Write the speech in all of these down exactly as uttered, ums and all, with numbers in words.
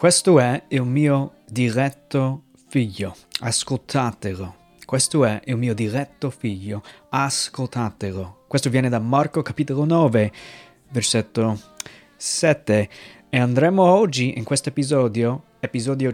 Questo è il mio diretto figlio, ascoltatelo. Questo è il mio diretto figlio, ascoltatelo. Questo viene da Marco capitolo nove, versetto sette. E andremo oggi in questo episodio, episodio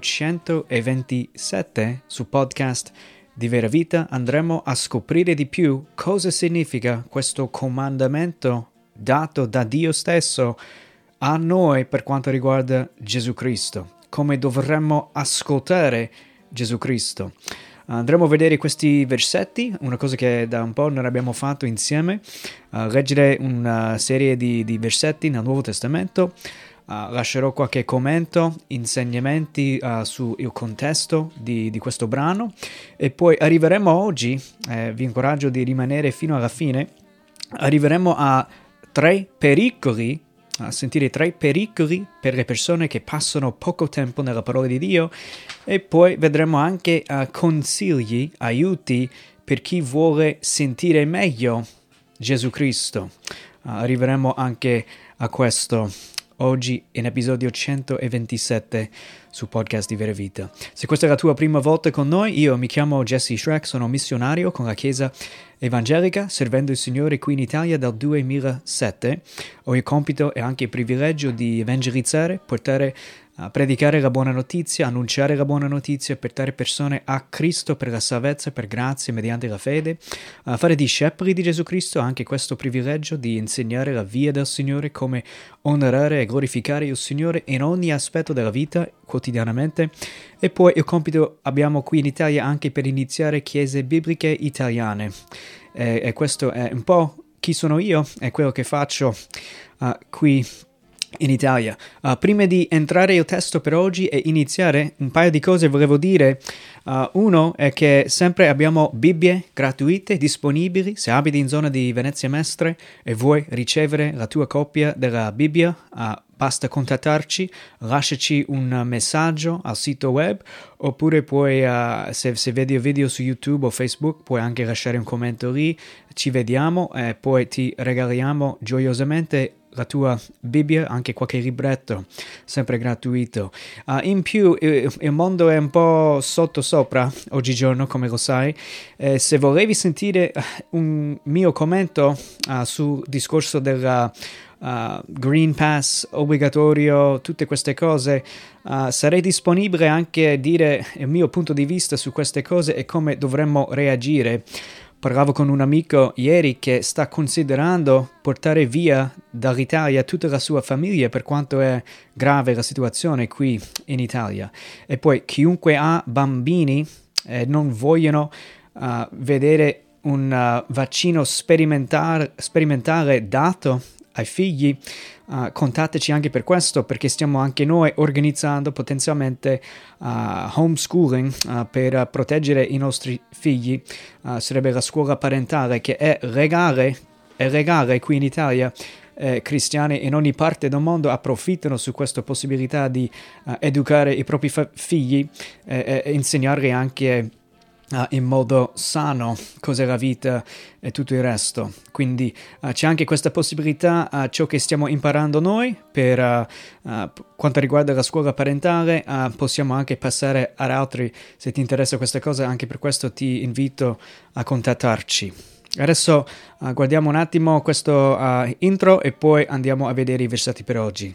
centoventisette, su podcast di Vera Vita, andremo a scoprire di più cosa significa questo comandamento dato da Dio stesso a noi per quanto riguarda Gesù Cristo, come dovremmo ascoltare Gesù Cristo. Andremo a vedere questi versetti, una cosa che da un po' non abbiamo fatto insieme, uh, leggere una serie di, di versetti nel Nuovo Testamento, uh, lascerò qualche commento, insegnamenti uh, sul contesto di, di questo brano e poi arriveremo oggi, eh, vi incoraggio di rimanere fino alla fine, arriveremo a tre pericoli a sentire tre pericoli per le persone che passano poco tempo nella parola di Dio e poi vedremo anche uh, consigli, aiuti per chi vuole sentire meglio Gesù Cristo. Uh, arriveremo anche a questo oggi in episodio centoventisette su podcast di Vera Vita. Se questa è la tua prima volta con noi, io mi chiamo Jesse Shrek, sono missionario con la Chiesa Evangelica, servendo il Signore qui in Italia dal duemilasette. Ho il compito e anche il privilegio di evangelizzare, portare a predicare la buona notizia, annunciare la buona notizia, portare persone a Cristo per la salvezza, per grazia, mediante la fede, a fare discepoli di Gesù Cristo, anche questo privilegio di insegnare la via del Signore, come onorare e glorificare il Signore in ogni aspetto della vita quotidianamente. E poi il compito abbiamo qui in Italia anche per iniziare chiese bibliche italiane. E, e questo è un po' chi sono io e quello che faccio uh, qui in Italia. Uh, prima di entrare il testo per oggi e iniziare, un paio di cose volevo dire. Uh, uno è che sempre abbiamo Bibbie gratuite disponibili. Se abiti in zona di Venezia Mestre e vuoi ricevere la tua copia della Bibbia, uh, basta contattarci, lasciaci un messaggio al sito web, oppure puoi, uh, se, se vedi il video su YouTube o Facebook, puoi anche lasciare un commento lì, ci vediamo e poi ti regaliamo gioiosamente la tua Bibbia, anche qualche libretto, sempre gratuito. Uh, in più, il, il mondo è un po' sotto sopra oggigiorno, come lo sai. Eh, se volevi sentire un mio commento uh, sul discorso della uh, Green Pass obbligatorio, tutte queste cose, uh, sarei disponibile anche a dire il mio punto di vista su queste cose e come dovremmo reagire. Parlavo con un amico ieri che sta considerando portare via dall'Italia tutta la sua famiglia per quanto è grave la situazione qui in Italia. E poi chiunque ha bambini e eh, non vogliono uh, vedere un uh, vaccino sperimentale, sperimentale dato ai figli, uh, contattateci anche per questo, perché stiamo anche noi organizzando potenzialmente uh, homeschooling uh, per uh, proteggere i nostri figli. Uh, sarebbe la scuola parentale, che è legale, è legale qui in Italia. Eh, cristiani in ogni parte del mondo approfittano su questa possibilità di uh, educare i propri fa- figli e eh, insegnarli anche Uh, in modo sano cos'è la vita e tutto il resto. Quindi uh, c'è anche questa possibilità, uh, ciò che stiamo imparando noi per uh, uh, quanto riguarda la scuola parentale, uh, possiamo anche passare ad altri. Se ti interessa questa cosa, anche per questo ti invito a contattarci. Adesso uh, guardiamo un attimo questo uh, intro e poi andiamo a vedere i versetti per oggi.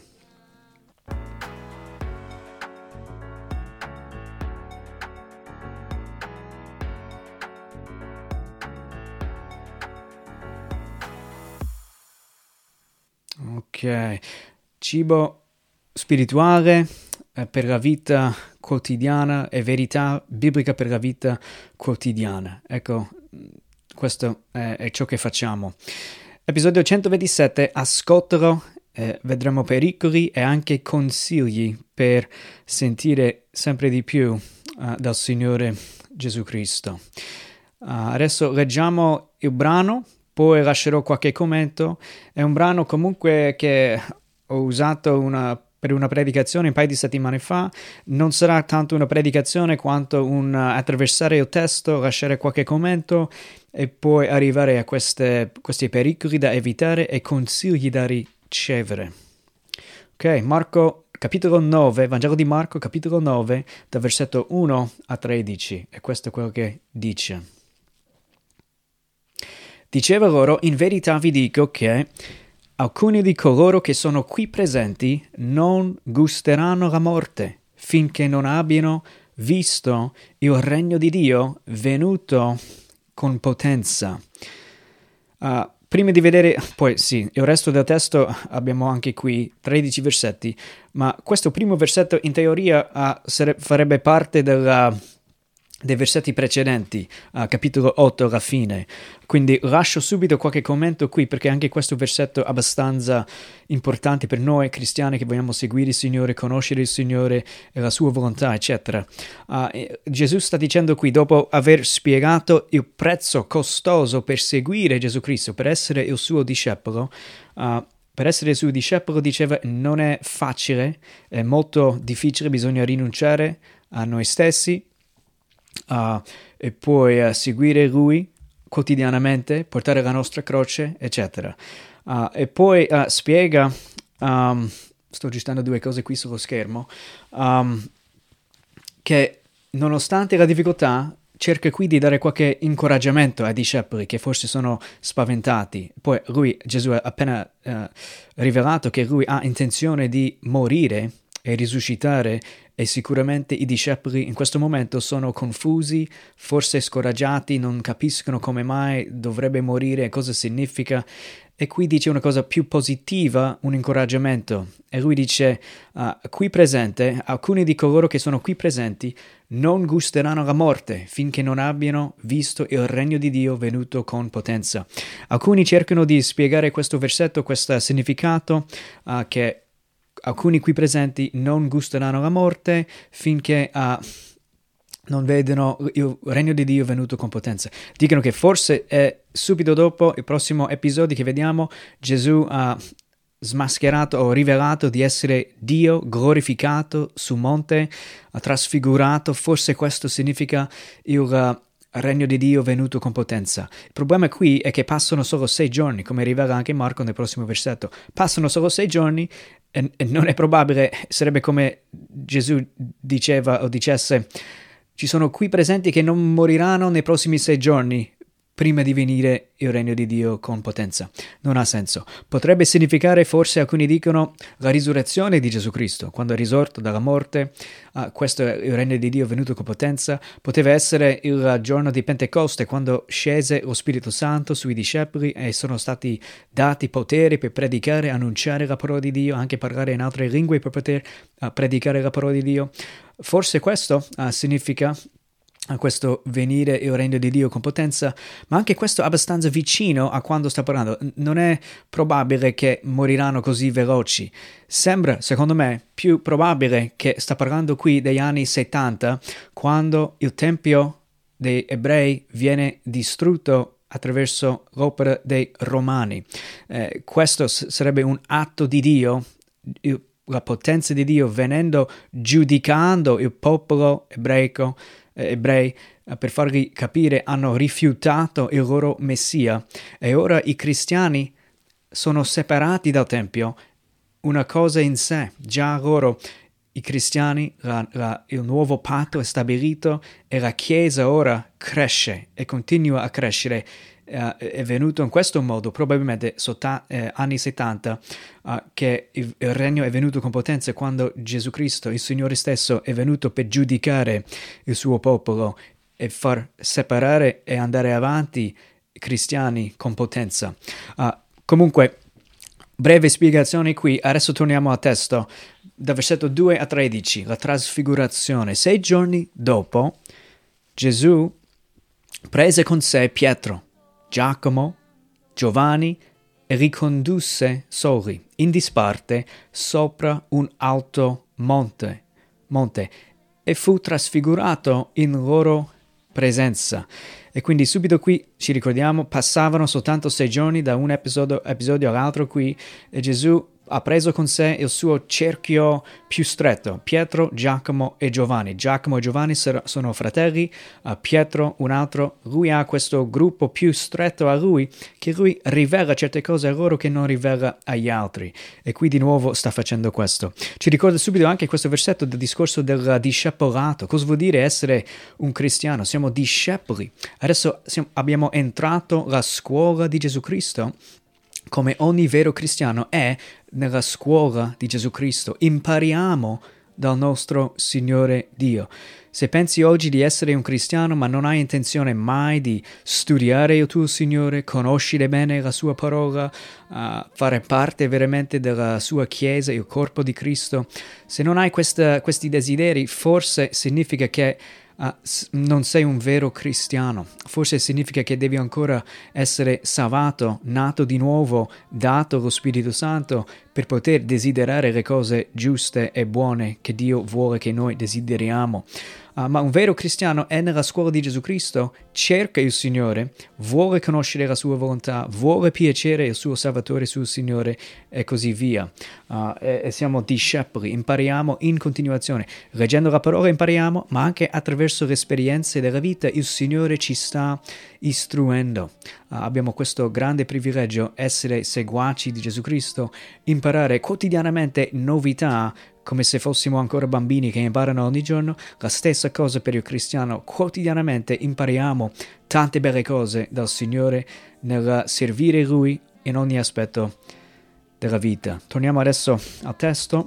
Ok, cibo spirituale eh, per la vita quotidiana e verità biblica per la vita quotidiana. Ecco, questo è, è ciò che facciamo. Episodio centoventisette, ascoltalo, eh, vedremo pericoli e anche consigli per sentire sempre di più uh, dal Signore Gesù Cristo. Uh, adesso leggiamo il brano. Poi lascerò qualche commento. È un brano comunque che ho usato una, per una predicazione un paio di settimane fa. Non sarà tanto una predicazione quanto un uh, attraversare il testo, lasciare qualche commento e poi arrivare a queste, questi pericoli da evitare e consigli da ricevere. Ok, Marco capitolo nove, Vangelo di Marco, capitolo nove, dal versetto uno a tredici, e questo è quello che dice. Diceva loro: in verità vi dico che alcuni di coloro che sono qui presenti non gusteranno la morte finché non abbiano visto il regno di Dio venuto con potenza. Uh, prima di vedere, poi sì, il resto del testo abbiamo anche qui tredici versetti, ma questo primo versetto in teoria uh, sare- farebbe parte della... dei versetti precedenti, uh, capitolo otto alla fine. Quindi lascio subito qualche commento qui, perché anche questo versetto è abbastanza importante per noi cristiani che vogliamo seguire il Signore, conoscere il Signore e la sua volontà, eccetera. Uh, Gesù sta dicendo qui, dopo aver spiegato il prezzo costoso per seguire Gesù Cristo, per essere il suo discepolo, uh, per essere il suo discepolo, diceva, non è facile, è molto difficile, bisogna rinunciare a noi stessi, Uh, e poi uh, seguire Lui quotidianamente, portare la nostra croce, eccetera. Uh, e poi uh, spiega, um, sto aggiustando due cose qui sullo schermo, um, che nonostante la difficoltà cerca qui di dare qualche incoraggiamento ai discepoli che forse sono spaventati. Poi lui, Gesù, ha appena uh, rivelato che lui ha intenzione di morire e risuscitare, e sicuramente i discepoli in questo momento sono confusi, forse scoraggiati, non capiscono come mai dovrebbe morire e cosa significa. E qui dice una cosa più positiva, un incoraggiamento. E lui dice, uh, qui presente, alcuni di coloro che sono qui presenti non gusteranno la morte finché non abbiano visto il regno di Dio venuto con potenza. Alcuni cercano di spiegare questo versetto, questo significato, uh, che alcuni qui presenti non gusteranno la morte finché uh, non vedono il regno di Dio venuto con potenza. Dicono che forse è subito dopo il prossimo episodio che vediamo, Gesù ha smascherato o rivelato di essere Dio glorificato su monte, ha trasfigurato. Forse questo significa il uh, regno di Dio venuto con potenza. Il problema qui è che passano solo sei giorni, come rivela anche Marco nel prossimo versetto. Passano solo sei giorni e, e non è probabile, sarebbe come Gesù diceva o dicesse: ci sono qui presenti che non moriranno nei prossimi sei giorni prima di venire il regno di Dio con potenza. Non ha senso. Potrebbe significare, forse alcuni dicono, la risurrezione di Gesù Cristo, quando è risorto dalla morte. Uh, questo è il regno di Dio venuto con potenza. Poteva essere il giorno di Pentecoste, quando scese lo Spirito Santo sui discepoli e sono stati dati poteri per predicare, annunciare la parola di Dio, anche parlare in altre lingue per poter uh, predicare la parola di Dio. Forse questo uh, significa a questo venire il regno di Dio con potenza, ma anche questo abbastanza vicino a quando sta parlando. Non è probabile che moriranno così veloci. Sembra, secondo me, più probabile che sta parlando qui degli anni settanta, quando il Tempio dei Ebrei viene distrutto attraverso l'opera dei Romani. Eh, questo s- sarebbe un atto di Dio, il, la potenza di Dio venendo, giudicando il popolo ebraico, ebrei, per fargli capire, hanno rifiutato il loro Messia, e ora i cristiani sono separati dal Tempio, una cosa in sé. Già loro, i cristiani, la, la, il nuovo patto è stabilito e la Chiesa ora cresce e continua a crescere. Uh, è venuto in questo modo, probabilmente sota, eh, anni settanta, uh, che il, il regno è venuto con potenza quando Gesù Cristo, il Signore stesso, è venuto per giudicare il suo popolo e far separare e andare avanti i cristiani con potenza. Uh, comunque, breve spiegazione qui. Adesso torniamo al testo, dal versetto due a tredici, la trasfigurazione. Sei giorni dopo, Gesù prese con sé Pietro, Giacomo, Giovanni e ricondusse soli, in disparte, sopra un alto monte, monte e fu trasfigurato in loro presenza. E quindi subito qui ci ricordiamo, passavano soltanto sei giorni da un episodio, episodio all'altro qui, e Gesù ha preso con sé il suo cerchio più stretto, Pietro, Giacomo e Giovanni. Giacomo e Giovanni sono fratelli, uh, Pietro un altro. Lui ha questo gruppo più stretto a lui, che lui rivela certe cose a loro che non rivela agli altri. E qui di nuovo sta facendo questo. Ci ricorda subito anche questo versetto del discorso del discepolato. Cosa vuol dire essere un cristiano? Siamo discepoli. Adesso siamo, abbiamo entrato la scuola di Gesù Cristo. Come ogni vero cristiano è nella scuola di Gesù Cristo. Impariamo dal nostro Signore Dio. Se pensi oggi di essere un cristiano ma non hai intenzione mai di studiare il tuo Signore, conoscere bene la sua parola, uh, fare parte veramente della sua Chiesa, il corpo di Cristo, se non hai questa, questi desideri, forse significa che Uh, non sei un vero cristiano. Forse significa che devi ancora essere salvato, nato di nuovo, dato lo Spirito Santo per poter desiderare le cose giuste e buone che Dio vuole che noi desideriamo. Uh, ma un vero cristiano è nella scuola di Gesù Cristo, cerca il Signore, vuole conoscere la sua volontà, vuole piacere il suo Salvatore, il suo Signore e così via. Uh, e, e siamo discepoli, impariamo in continuazione. Leggendo la parola impariamo, ma anche attraverso le esperienze della vita il Signore ci sta istruendo. Uh, abbiamo questo grande privilegio, essere seguaci di Gesù Cristo, imparare quotidianamente novità, come se fossimo ancora bambini che imparano ogni giorno. La stessa cosa per il cristiano, quotidianamente impariamo tante belle cose dal Signore nel servire Lui in ogni aspetto della vita. Torniamo adesso al testo.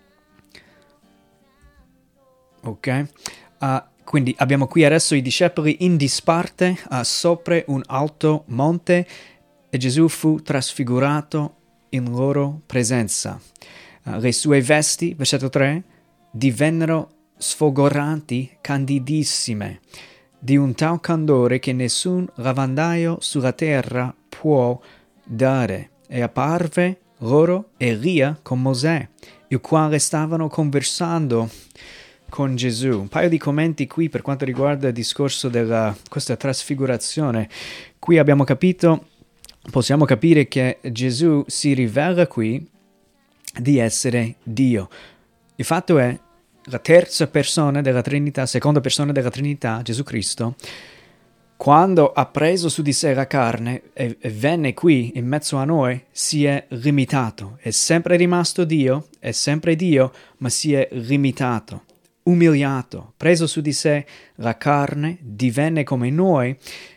Ok. Uh, quindi abbiamo qui adesso i discepoli in disparte uh, sopra un alto monte e Gesù fu trasfigurato in loro presenza. Uh, le sue vesti, versetto tre, divennero sfolgoranti, candidissime, di un tal candore che nessun lavandaio sulla terra può dare. E apparve loro Elia con Mosè, il quale stavano conversando con Gesù. Un paio di commenti qui per quanto riguarda il discorso della questa trasfigurazione. Qui abbiamo capito, possiamo capire che Gesù si rivela qui di essere Dio. Il fatto è la terza persona della Trinità, seconda persona della Trinità, Gesù Cristo, quando ha preso su di sé la carne e, e venne qui in mezzo a noi, si è limitato. È sempre rimasto Dio, è sempre Dio, ma si è limitato, umiliato, preso su di sé la carne, divenne come noi.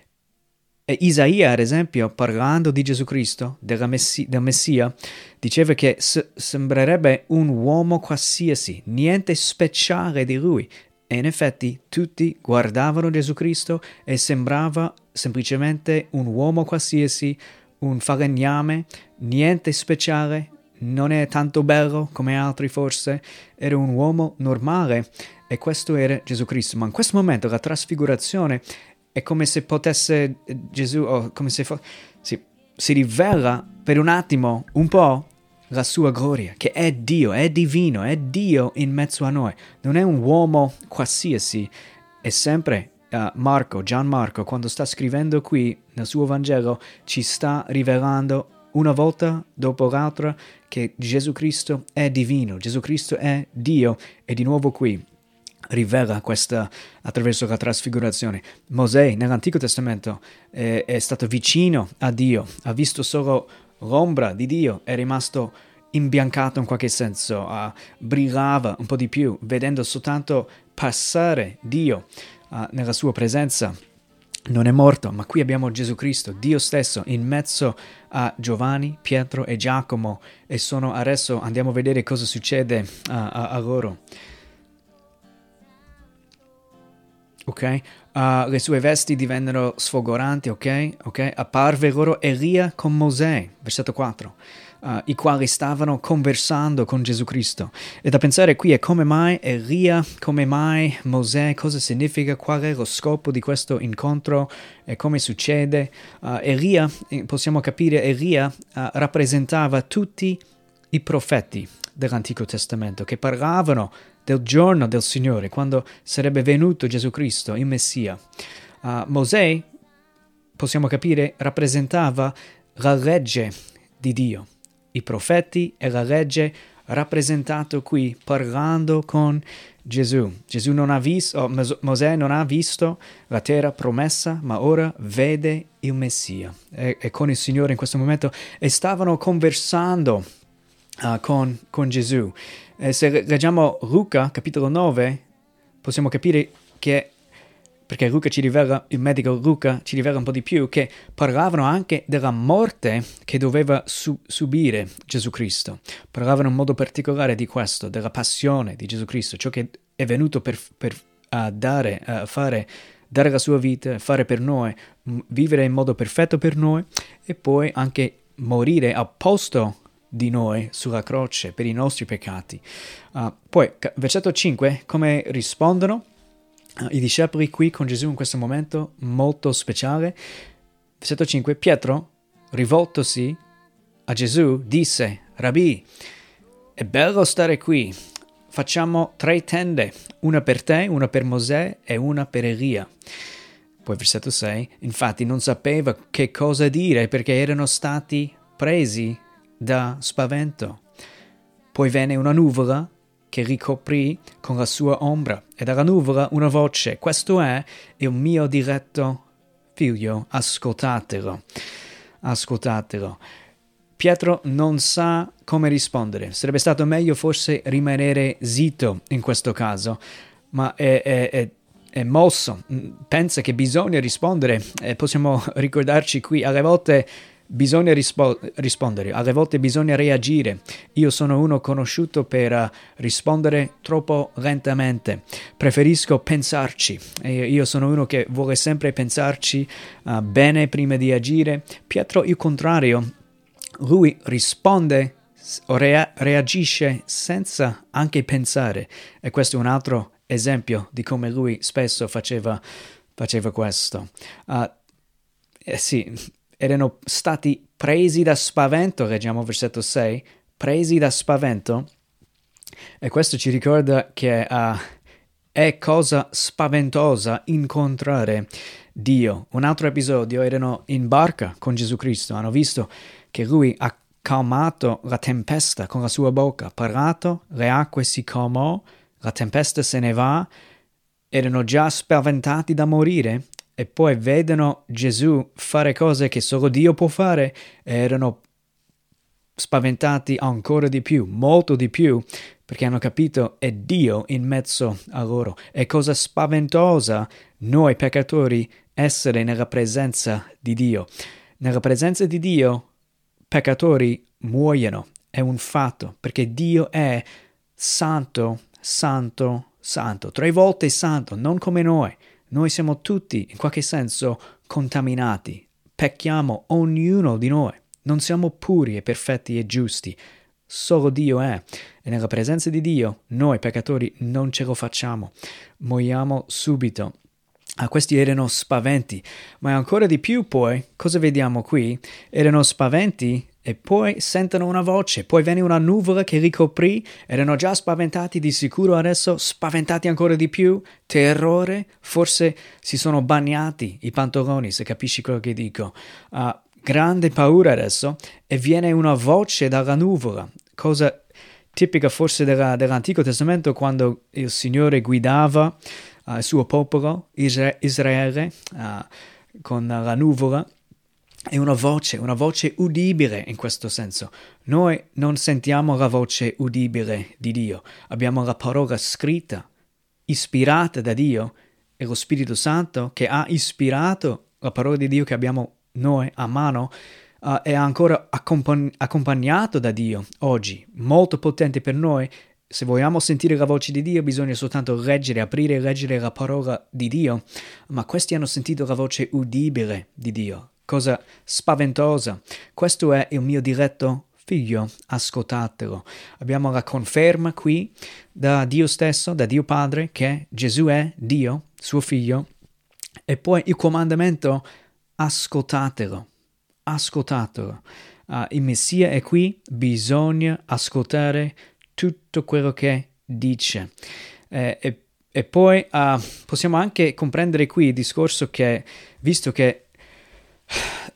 E Isaia, ad esempio, parlando di Gesù Cristo, della Messi- del Messia, diceva che s- sembrerebbe un uomo qualsiasi, niente speciale di lui. E in effetti tutti guardavano Gesù Cristo e sembrava semplicemente un uomo qualsiasi, un falegname, niente speciale, non è tanto bello come altri forse, era un uomo normale e questo era Gesù Cristo. Ma in questo momento la trasfigurazione è come se potesse Gesù, o come se fo- si, si rivela per un attimo, un po', la sua gloria, che è Dio, è divino, è Dio in mezzo a noi. Non è un uomo qualsiasi. È sempre uh, Marco, Gianmarco, quando sta scrivendo qui nel suo Vangelo, ci sta rivelando una volta dopo l'altra che Gesù Cristo è divino, Gesù Cristo è Dio, e di nuovo qui rivela questa attraverso la trasfigurazione. Mosè nell'Antico Testamento è, è stato vicino a Dio, ha visto solo l'ombra di Dio, è rimasto imbiancato in qualche senso, uh, brillava un po' di più, vedendo soltanto passare Dio uh, nella sua presenza. Non è morto, ma qui abbiamo Gesù Cristo, Dio stesso, in mezzo a Giovanni, Pietro e Giacomo, e sono adesso, andiamo a vedere cosa succede uh, a, a loro. Ok, uh, le sue vesti divennero sfolgoranti, ok, ok, apparve loro Elia con Mosè, versetto quattro, uh, i quali stavano conversando con Gesù Cristo. E da pensare qui è come mai Elia, come mai Mosè, cosa significa, qual è lo scopo di questo incontro e come succede. Uh, Elia, possiamo capire, Elia uh, rappresentava tutti i profeti dell'Antico Testamento che parlavano del giorno del Signore, quando sarebbe venuto Gesù Cristo, il Messia. Uh, Mosè, possiamo capire, rappresentava la legge di Dio, i profeti e la legge rappresentato qui parlando con Gesù. Gesù non ha visto, oh, Mosè non ha visto la terra promessa, ma ora vede il Messia. E, e con il Signore in questo momento e stavano conversando uh, con, con Gesù. E se leggiamo Luca, capitolo nove, possiamo capire che, perché Luca ci rivela, il medico Luca ci rivela un po' di più, che parlavano anche della morte che doveva su- subire Gesù Cristo. Parlavano in modo particolare di questo, della passione di Gesù Cristo, ciò che è venuto per, per uh, dare, uh, fare, dare la sua vita, fare per noi, m- vivere in modo perfetto per noi e poi anche morire al posto di noi sulla croce per i nostri peccati. Uh, poi, versetto cinque, come rispondono i discepoli qui con Gesù in questo momento molto speciale? Versetto cinque, Pietro, rivoltosi a Gesù, disse: Rabbi, è bello stare qui, facciamo tre tende, una per te, una per Mosè e una per Elia. Poi versetto sei, infatti non sapeva che cosa dire perché erano stati presi da spavento. Poi venne una nuvola che ricoprì con la sua ombra, e dalla nuvola una voce: questo è il mio diletto figlio, ascoltatelo, ascoltatelo. Pietro non sa come rispondere, sarebbe stato meglio forse rimanere zitto in questo caso, ma è, è, è, è mosso, pensa che bisogna rispondere, e possiamo ricordarci qui, alle volte bisogna rispo- rispondere, alle volte bisogna reagire. Io sono uno conosciuto per uh, rispondere troppo lentamente, preferisco pensarci, e io sono uno che vuole sempre pensarci uh, bene prima di agire. Pietro il contrario, lui risponde o rea- reagisce senza anche pensare, e questo è un altro esempio di come lui spesso faceva, faceva questo. Uh, eh sì, erano stati presi da spavento, leggiamo versetto sei, presi da spavento, e questo ci ricorda che uh, è cosa spaventosa incontrare Dio. Un altro episodio, erano in barca con Gesù Cristo, hanno visto che lui ha calmato la tempesta con la sua bocca, ha parlato, le acque si calmò, la tempesta se ne va, erano già spaventati da morire, e poi vedono Gesù fare cose che solo Dio può fare, e erano spaventati ancora di più, molto di più, perché hanno capito è Dio in mezzo a loro. È cosa spaventosa noi peccatori essere nella presenza di Dio. Nella presenza di Dio peccatori muoiono, è un fatto, perché Dio è santo, santo, santo, tre volte santo, non come noi. Noi siamo tutti, in qualche senso, contaminati. Pecchiamo, ognuno di noi. Non siamo puri e perfetti e giusti. Solo Dio è. E nella presenza di Dio, noi peccatori non ce lo facciamo. Muoiamo subito. Ah, questi erano spaventi. Ma ancora di più poi, cosa vediamo qui? Erano spaventi e poi sentono una voce, poi viene una nuvola che ricoprì, erano già spaventati di sicuro, adesso spaventati ancora di più, terrore, forse si sono bagnati i pantaloni, se capisci quello che dico. Uh, grande paura adesso, e viene una voce dalla nuvola, cosa tipica forse della, dell'Antico Testamento, quando il Signore guidava uh, il suo popolo, Isra- Israele, uh, con la nuvola. È una voce, una voce udibile in questo senso. Noi non sentiamo la voce udibile di Dio, abbiamo la parola scritta, ispirata da Dio, e lo Spirito Santo che ha ispirato la parola di Dio che abbiamo noi a mano, uh, è ancora accompagn- accompagnato da Dio oggi, molto potente per noi. Se vogliamo sentire la voce di Dio bisogna soltanto leggere, aprire e leggere la parola di Dio, ma questi hanno sentito la voce udibile di Dio. Cosa spaventosa. Questo è il mio diletto figlio, ascoltatelo. Abbiamo la conferma qui da Dio stesso, da Dio Padre, che Gesù è Dio, suo figlio, e poi il comandamento: ascoltatelo, ascoltatelo. Uh, il Messia è qui, bisogna ascoltare tutto quello che dice. Eh, e, e poi uh, possiamo anche comprendere qui il discorso che, visto che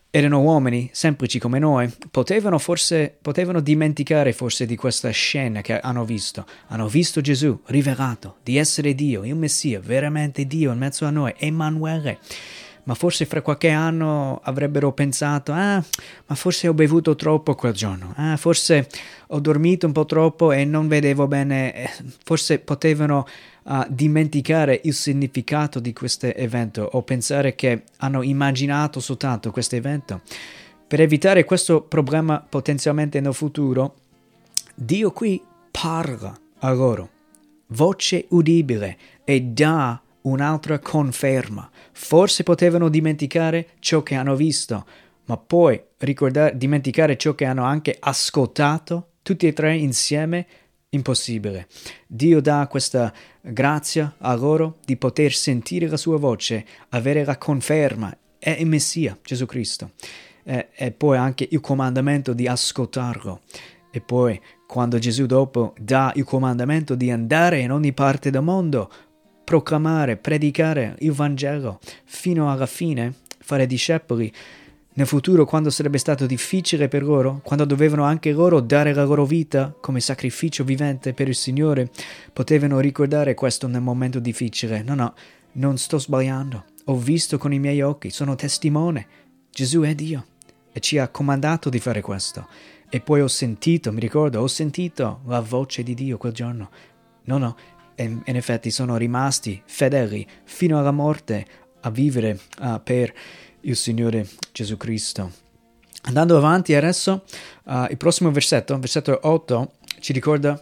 erano uomini semplici come noi, potevano forse, potevano dimenticare forse di questa scena che hanno visto. Hanno visto Gesù rivelato di essere Dio, il Messia, veramente Dio in mezzo a noi, Emanuele. Ma forse fra qualche anno avrebbero pensato, ah, ma forse ho bevuto troppo quel giorno, ah, forse ho dormito un po' troppo e non vedevo bene, forse potevano uh, dimenticare il significato di questo evento o pensare che hanno immaginato soltanto questo evento. Per evitare questo problema potenzialmente nel futuro, Dio qui parla a loro, voce udibile, e dà un'altra conferma. Forse potevano dimenticare ciò che hanno visto, ma poi ricordare, dimenticare ciò che hanno anche ascoltato, tutti e tre insieme, impossibile. Dio dà questa grazia a loro di poter sentire la sua voce, avere la conferma, è il Messia, Gesù Cristo. E, e poi anche il comandamento di ascoltarlo. E poi, quando Gesù dopo dà il comandamento di andare in ogni parte del mondo, proclamare, predicare il Vangelo fino alla fine, fare discepoli, nel futuro quando sarebbe stato difficile per loro, quando dovevano anche loro dare la loro vita come sacrificio vivente per il Signore, potevano ricordare questo nel momento difficile. No, no, non sto sbagliando, ho visto con i miei occhi, sono testimone, Gesù è Dio e ci ha comandato di fare questo. E poi ho sentito, mi ricordo, ho sentito la voce di Dio quel giorno. No, no, e in effetti sono rimasti fedeli fino alla morte a vivere uh, per il Signore Gesù Cristo. Andando avanti adesso, uh, il prossimo versetto, versetto otto, ci ricorda: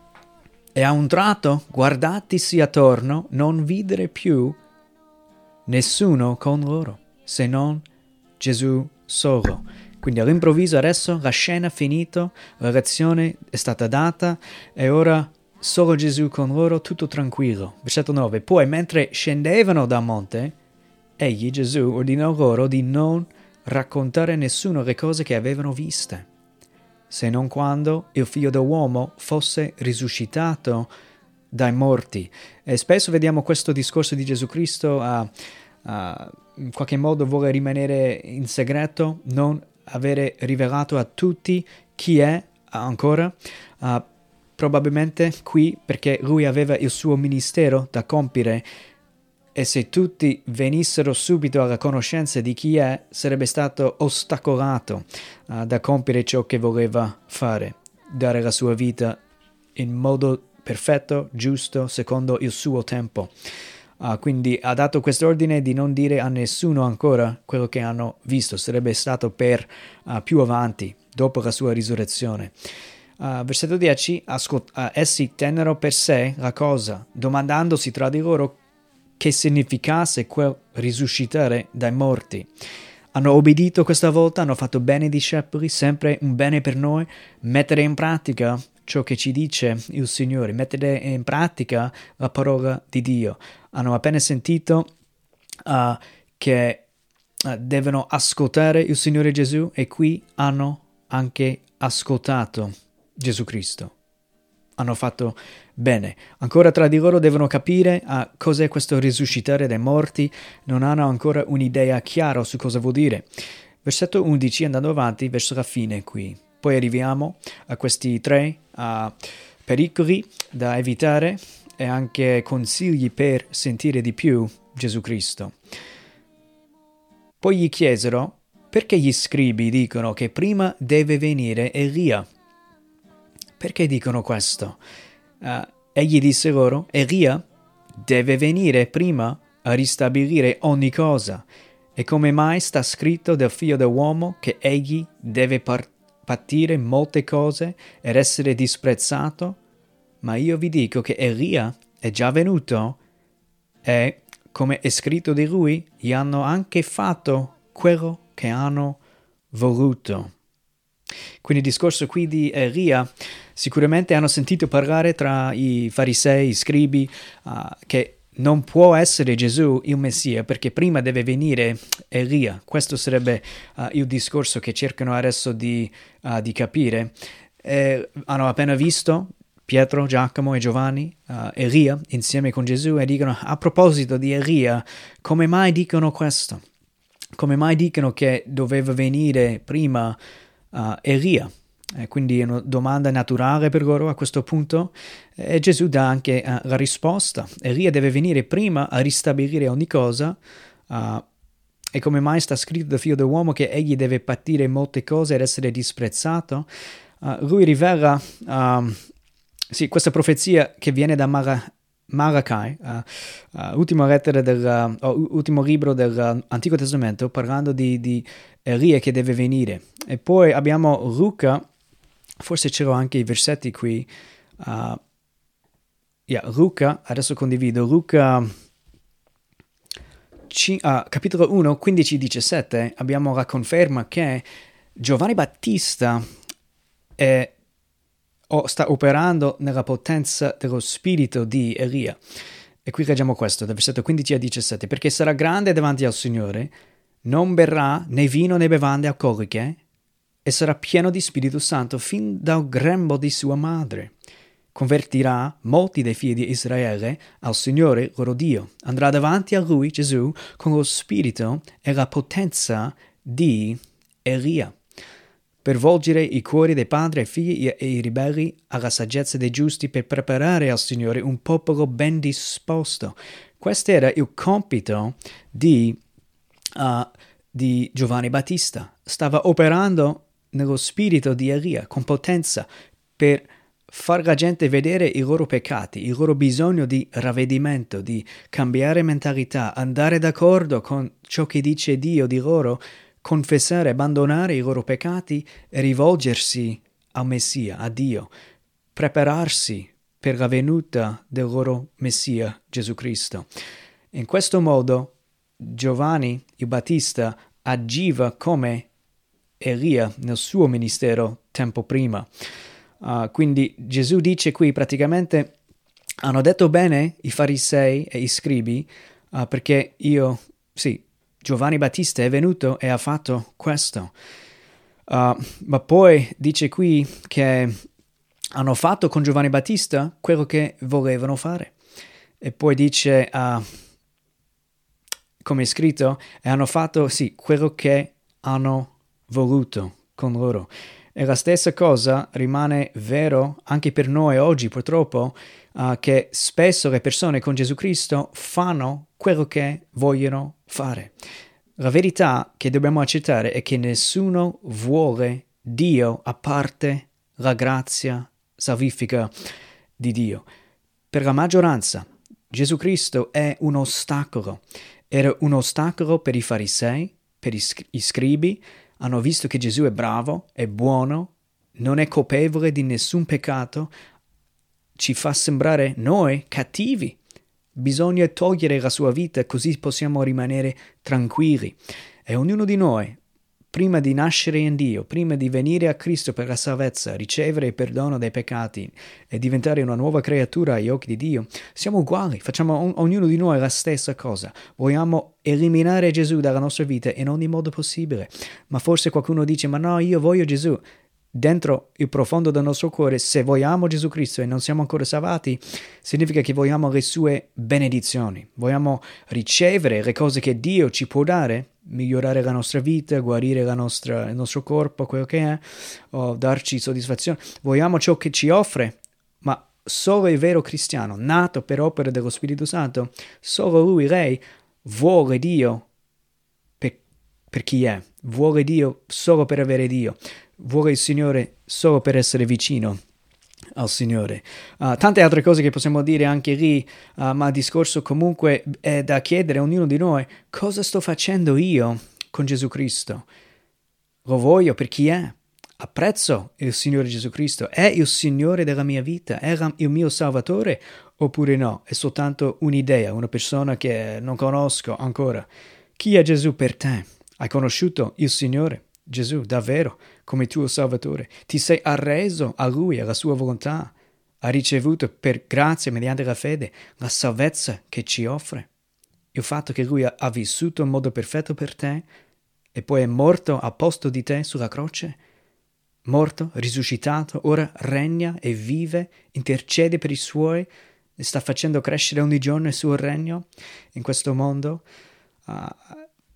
e a un tratto, guardatisi attorno, non videro più nessuno con loro, se non Gesù solo. Quindi all'improvviso adesso la scena è finita, la lezione è stata data e ora solo Gesù con loro, tutto tranquillo. Versetto nove. Poi mentre scendevano dal monte, egli, Gesù, ordinò loro di non raccontare a nessuno le cose che avevano viste, se non quando il Figlio dell'uomo fosse risuscitato dai morti. E spesso vediamo questo discorso di Gesù Cristo uh, uh, in qualche modo vuole rimanere in segreto, non avere rivelato a tutti chi è ancora, uh, probabilmente qui perché lui aveva il suo ministero da compiere, e se tutti venissero subito alla conoscenza di chi è, sarebbe stato ostacolato uh, da compiere ciò che voleva fare, dare la sua vita in modo perfetto, giusto, secondo il suo tempo. Uh, quindi ha dato quest'ordine di non dire a nessuno ancora quello che hanno visto, sarebbe stato per uh, più avanti, dopo la sua risurrezione. Uh, versetto dieci, ascol- uh, essi tennero per sé la cosa, domandandosi tra di loro che significasse quel risuscitare dai morti. Hanno obbedito questa volta, hanno fatto bene i discepoli, sempre un bene per noi, mettere in pratica ciò che ci dice il Signore, mettere in pratica la parola di Dio. Hanno appena sentito uh, che uh, devono ascoltare il Signore Gesù e qui hanno anche ascoltato Gesù Cristo. Hanno fatto bene. Ancora tra di loro devono capire uh, cos'è questo risuscitare dai morti, non hanno ancora un'idea chiara su cosa vuol dire. Versetto undici, andando avanti verso la fine qui. Poi arriviamo a questi tre uh, pericoli da evitare e anche consigli per sentire di più Gesù Cristo. Poi gli chiesero: perché gli scribi dicono che prima deve venire Elia? Perché dicono questo? Uh, egli disse loro: Elia deve venire prima a ristabilire ogni cosa. E come mai sta scritto del Figlio dell'uomo che egli deve par- patire molte cose ed essere disprezzato? Ma io vi dico che Elia è già venuto e, come è scritto di lui, gli hanno anche fatto quello che hanno voluto. Quindi il discorso qui di Elia, sicuramente hanno sentito parlare tra i farisei, i scribi, uh, che non può essere Gesù il Messia perché prima deve venire Elia. Questo sarebbe uh, il discorso che cercano adesso di, uh, di capire. E hanno appena visto Pietro, Giacomo e Giovanni, uh, Elia insieme con Gesù, e dicono: a proposito di Elia, come mai dicono questo? come mai dicono che doveva venire prima uh, Elia? Eh, quindi è una domanda naturale per loro a questo punto. E Gesù dà anche uh, la risposta. Elia deve venire prima a ristabilire ogni cosa. Uh, e come mai sta scritto del figlio dell'uomo che egli deve patire molte cose ed essere disprezzato? Uh, lui rivela uh, sì, questa profezia che viene da Mara, Malachai, uh, uh, ultima lettera del, uh, ultimo libro dell'Antico Testamento, parlando di, di Elia che deve venire. E poi abbiamo Luca, forse ce l'ho anche i versetti qui, uh, yeah, Luca, adesso condivido, Luca c- uh, capitolo uno, quindici diciassette, abbiamo la conferma che Giovanni Battista è o sta operando nella potenza dello spirito di Elia. E qui leggiamo questo, dal versetto quindici a diciassette. Perché sarà grande davanti al Signore, non berrà né vino né bevande alcoliche, e sarà pieno di Spirito Santo fin dal grembo di sua madre. Convertirà molti dei figli di Israele al Signore loro Dio. Andrà davanti a lui, Gesù, con lo spirito e la potenza di Elia, per volgere i cuori dei padri ai figli e i ribelli alla saggezza dei giusti, per preparare al Signore un popolo ben disposto. Questo era il compito di, uh, di Giovanni Battista. Stava operando nello spirito di Elia, con potenza, per far la gente vedere i loro peccati, il loro bisogno di ravvedimento, di cambiare mentalità, andare d'accordo con ciò che dice Dio di loro, confessare, abbandonare i loro peccati e rivolgersi al Messia, a Dio, prepararsi per la venuta del loro Messia, Gesù Cristo. In questo modo Giovanni il Battista agiva come Elia nel suo ministero tempo prima. Uh, quindi Gesù dice qui praticamente: hanno detto bene i farisei e i scribi, uh, perché io, sì, Giovanni Battista è venuto e ha fatto questo. Uh, ma poi dice qui che hanno fatto con Giovanni Battista quello che volevano fare. E poi dice, uh, come è scritto, e hanno fatto, sì, quello che hanno voluto con loro. E la stessa cosa rimane vero anche per noi oggi, purtroppo, uh, che spesso le persone con Gesù Cristo fanno quello che vogliono fare. La verità che dobbiamo accettare è che nessuno vuole Dio a parte la grazia salvifica di Dio. Per la maggioranza, Gesù Cristo è un ostacolo. Era un ostacolo per i farisei, per i scribi. Hanno visto che Gesù è bravo, è buono, non è colpevole di nessun peccato, ci fa sembrare noi cattivi. Bisogna togliere la sua vita così possiamo rimanere tranquilli. E ognuno di noi, prima di nascere in Dio, prima di venire a Cristo per la salvezza, ricevere il perdono dei peccati e diventare una nuova creatura agli occhi di Dio, siamo uguali, facciamo on- ognuno di noi la stessa cosa. Vogliamo eliminare Gesù dalla nostra vita in ogni modo possibile. Ma forse qualcuno dice, ma no, io voglio Gesù. Dentro il profondo del nostro cuore, se vogliamo Gesù Cristo e non siamo ancora salvati, significa che vogliamo le sue benedizioni, vogliamo ricevere le cose che Dio ci può dare, migliorare la nostra vita, guarire la nostra, il nostro corpo, quello che è, o darci soddisfazione. Vogliamo ciò che ci offre, ma solo il vero cristiano, nato per opera dello Spirito Santo, solo lui, lei, vuole Dio per, per chi è, vuole Dio solo per avere Dio. Vuole il Signore solo per essere vicino al Signore. Uh, tante altre cose che possiamo dire anche lì, uh, ma il discorso comunque è da chiedere a ognuno di noi: cosa sto facendo io con Gesù Cristo? Lo voglio per chi è? Apprezzo il Signore Gesù Cristo? È il Signore della mia vita? È il mio Salvatore? Oppure no? È soltanto un'idea, una persona che non conosco ancora. Chi è Gesù per te? Hai conosciuto il Signore Gesù davvero come tuo Salvatore? Ti sei arreso a Lui, alla sua volontà? Hai ricevuto per grazia, mediante la fede, la salvezza che ci offre? Il fatto che Lui ha vissuto in modo perfetto per te e poi è morto al posto di te sulla croce? Morto, risuscitato, ora regna e vive, intercede per i Suoi e sta facendo crescere ogni giorno il suo regno in questo mondo? Uh,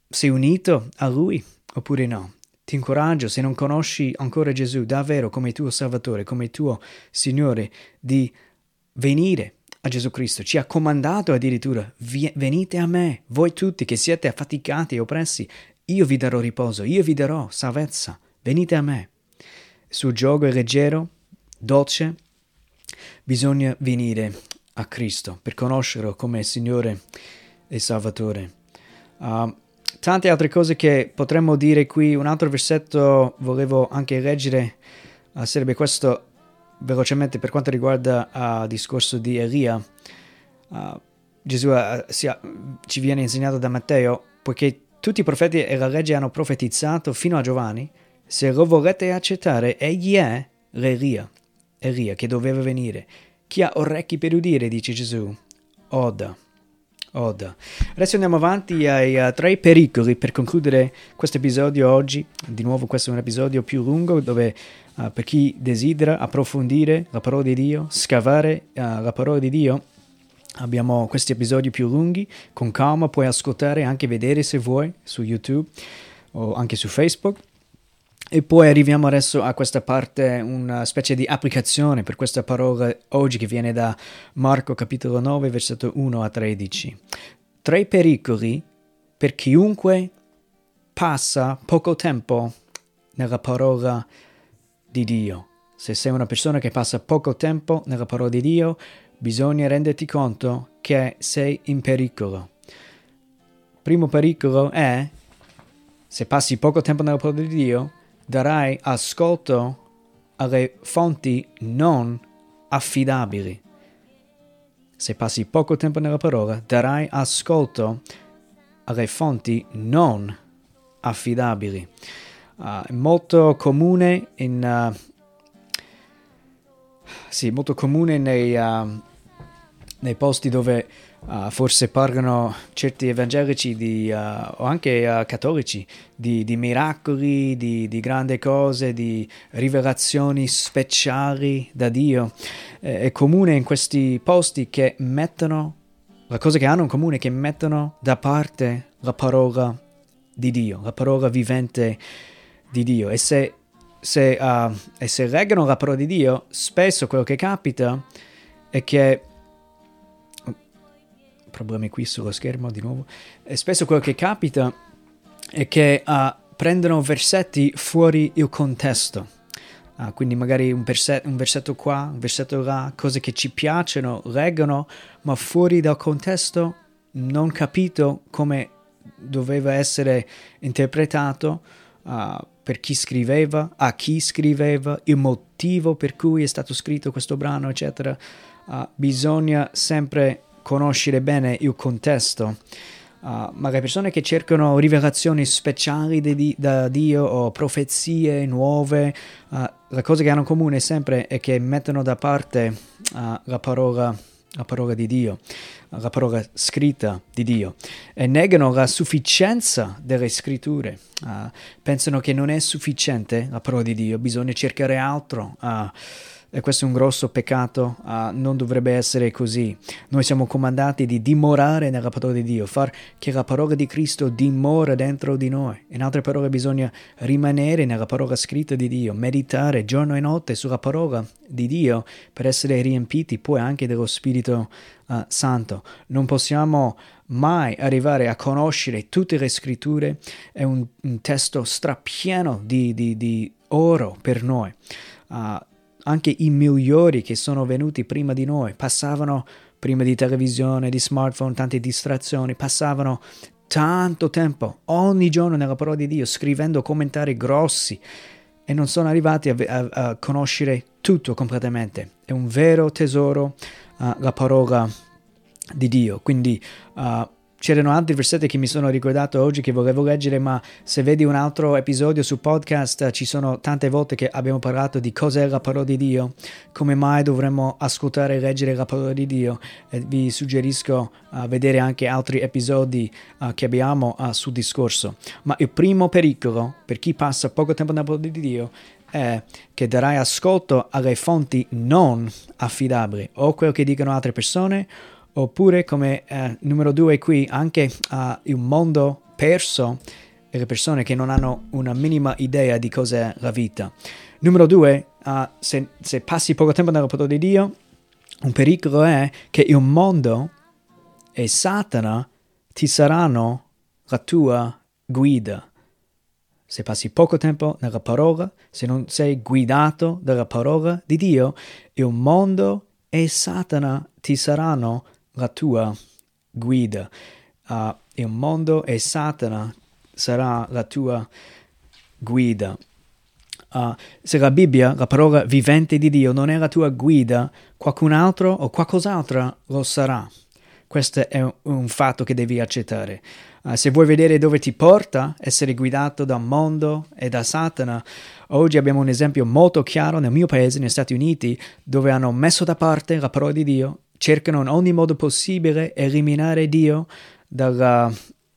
sei unito a Lui oppure no? Ti incoraggio, se non conosci ancora Gesù davvero come tuo Salvatore, come tuo Signore, di venire a Gesù Cristo. Ci ha comandato addirittura: venite a me, voi tutti che siete affaticati e oppressi, io vi darò riposo, io vi darò salvezza, venite a me. Il suo giogo è leggero, dolce, bisogna venire a Cristo per conoscerlo come Signore e Salvatore. Uh, tante altre cose che potremmo dire qui. Un altro versetto volevo anche leggere, uh, sarebbe questo velocemente per quanto riguarda il uh, discorso di Elia. Uh, Gesù uh, sia, ci viene insegnato da Matteo: poiché tutti i profeti e la legge hanno profetizzato fino a Giovanni, se lo volete accettare, egli è l'Elia, Elia che doveva venire. Chi ha orecchi per udire, dice Gesù, oda. Oda. Adesso andiamo avanti ai uh, tre pericoli per concludere questo episodio oggi. Di nuovo questo è un episodio più lungo dove uh, per chi desidera approfondire la parola di Dio, scavare uh, la parola di Dio, abbiamo questi episodi più lunghi. Con calma puoi ascoltare, anche vedere se vuoi su YouTube o anche su Facebook. E poi arriviamo adesso a questa parte, una specie di applicazione per questa parola oggi che viene da Marco capitolo nove, versetto uno a tredici. Tre pericoli per chiunque passa poco tempo nella parola di Dio. Se sei una persona che passa poco tempo nella parola di Dio, bisogna renderti conto che sei in pericolo. Primo pericolo è: se passi poco tempo nella parola di Dio, darai ascolto alle fonti non affidabili. Se passi poco tempo nella parola, darai ascolto alle fonti non affidabili. Uh, è molto comune in uh, sì, molto comune nei, uh, nei posti dove uh, forse parlano certi evangelici di, uh, o anche uh, cattolici di, di miracoli, di, di grandi cose, di rivelazioni speciali da Dio. Eh, è comune in questi posti che mettono, la cosa che hanno in comune è che mettono da parte la parola di Dio, la parola vivente di Dio. E se, se, uh, e se leggono la parola di Dio, spesso quello che capita è che problemi qui sullo schermo di nuovo. E spesso quello che capita è che uh, prendono versetti fuori il contesto. Uh, quindi magari un, verset- un versetto qua, un versetto là, cose che ci piacciono, leggono, ma fuori dal contesto, non capito come doveva essere interpretato, uh, per chi scriveva, a chi scriveva, il motivo per cui è stato scritto questo brano, eccetera. Uh, bisogna sempre conoscere bene il contesto. Uh, ma le persone che cercano rivelazioni speciali di, da Dio o profezie nuove, uh, la cosa che hanno in comune sempre è che mettono da parte uh, la parola, la parola di Dio, uh, la parola scritta di Dio, e negano la sufficienza delle scritture. Uh, pensano che non è sufficiente la parola di Dio, bisogna cercare altro. Uh, E questo è un grosso peccato, uh, non dovrebbe essere così. Noi siamo comandati di dimorare nella parola di Dio, far che la parola di Cristo dimora dentro di noi. In altre parole, bisogna rimanere nella parola scritta di Dio, meditare giorno e notte sulla parola di Dio per essere riempiti poi anche dello Spirito uh, Santo. Non possiamo mai arrivare a conoscere tutte le scritture. È un, un testo strapieno di, di, di oro per noi. Uh, Anche i migliori che sono venuti prima di noi passavano, prima di televisione, di smartphone, tante distrazioni, passavano tanto tempo ogni giorno nella parola di Dio, scrivendo commentari grossi, e non sono arrivati a, a, a conoscere tutto completamente. È un vero tesoro uh, la parola di Dio. Quindi uh, c'erano altri versetti che mi sono ricordato oggi che volevo leggere, ma se vedi un altro episodio su podcast, ci sono tante volte che abbiamo parlato di cos'è la parola di Dio, come mai dovremmo ascoltare e leggere la parola di Dio, e vi suggerisco a uh, vedere anche altri episodi uh, che abbiamo uh, sul discorso. Ma il primo pericolo per chi passa poco tempo nella parola di Dio è che darai ascolto alle fonti non affidabili, o quello che dicono altre persone, Oppure come eh, numero due qui, anche uh, un mondo perso e le persone che non hanno una minima idea di cos'è la vita. Numero due, uh, se, se passi poco tempo nella parola di Dio, un pericolo è che il mondo e Satana ti saranno la tua guida. Se passi poco tempo nella parola, se non sei guidato dalla parola di Dio, il mondo e Satana ti saranno la tua guida. Uh, il mondo e Satana sarà la tua guida. Uh, se la Bibbia, la parola vivente di Dio, non è la tua guida, qualcun altro o qualcos'altro lo sarà. Questo è un, un fatto che devi accettare. Uh, se vuoi vedere dove ti porta essere guidato dal mondo e da Satana, oggi abbiamo un esempio molto chiaro nel mio paese, negli Stati Uniti, dove hanno messo da parte la parola di Dio, cercano in ogni modo possibile eliminare Dio dal,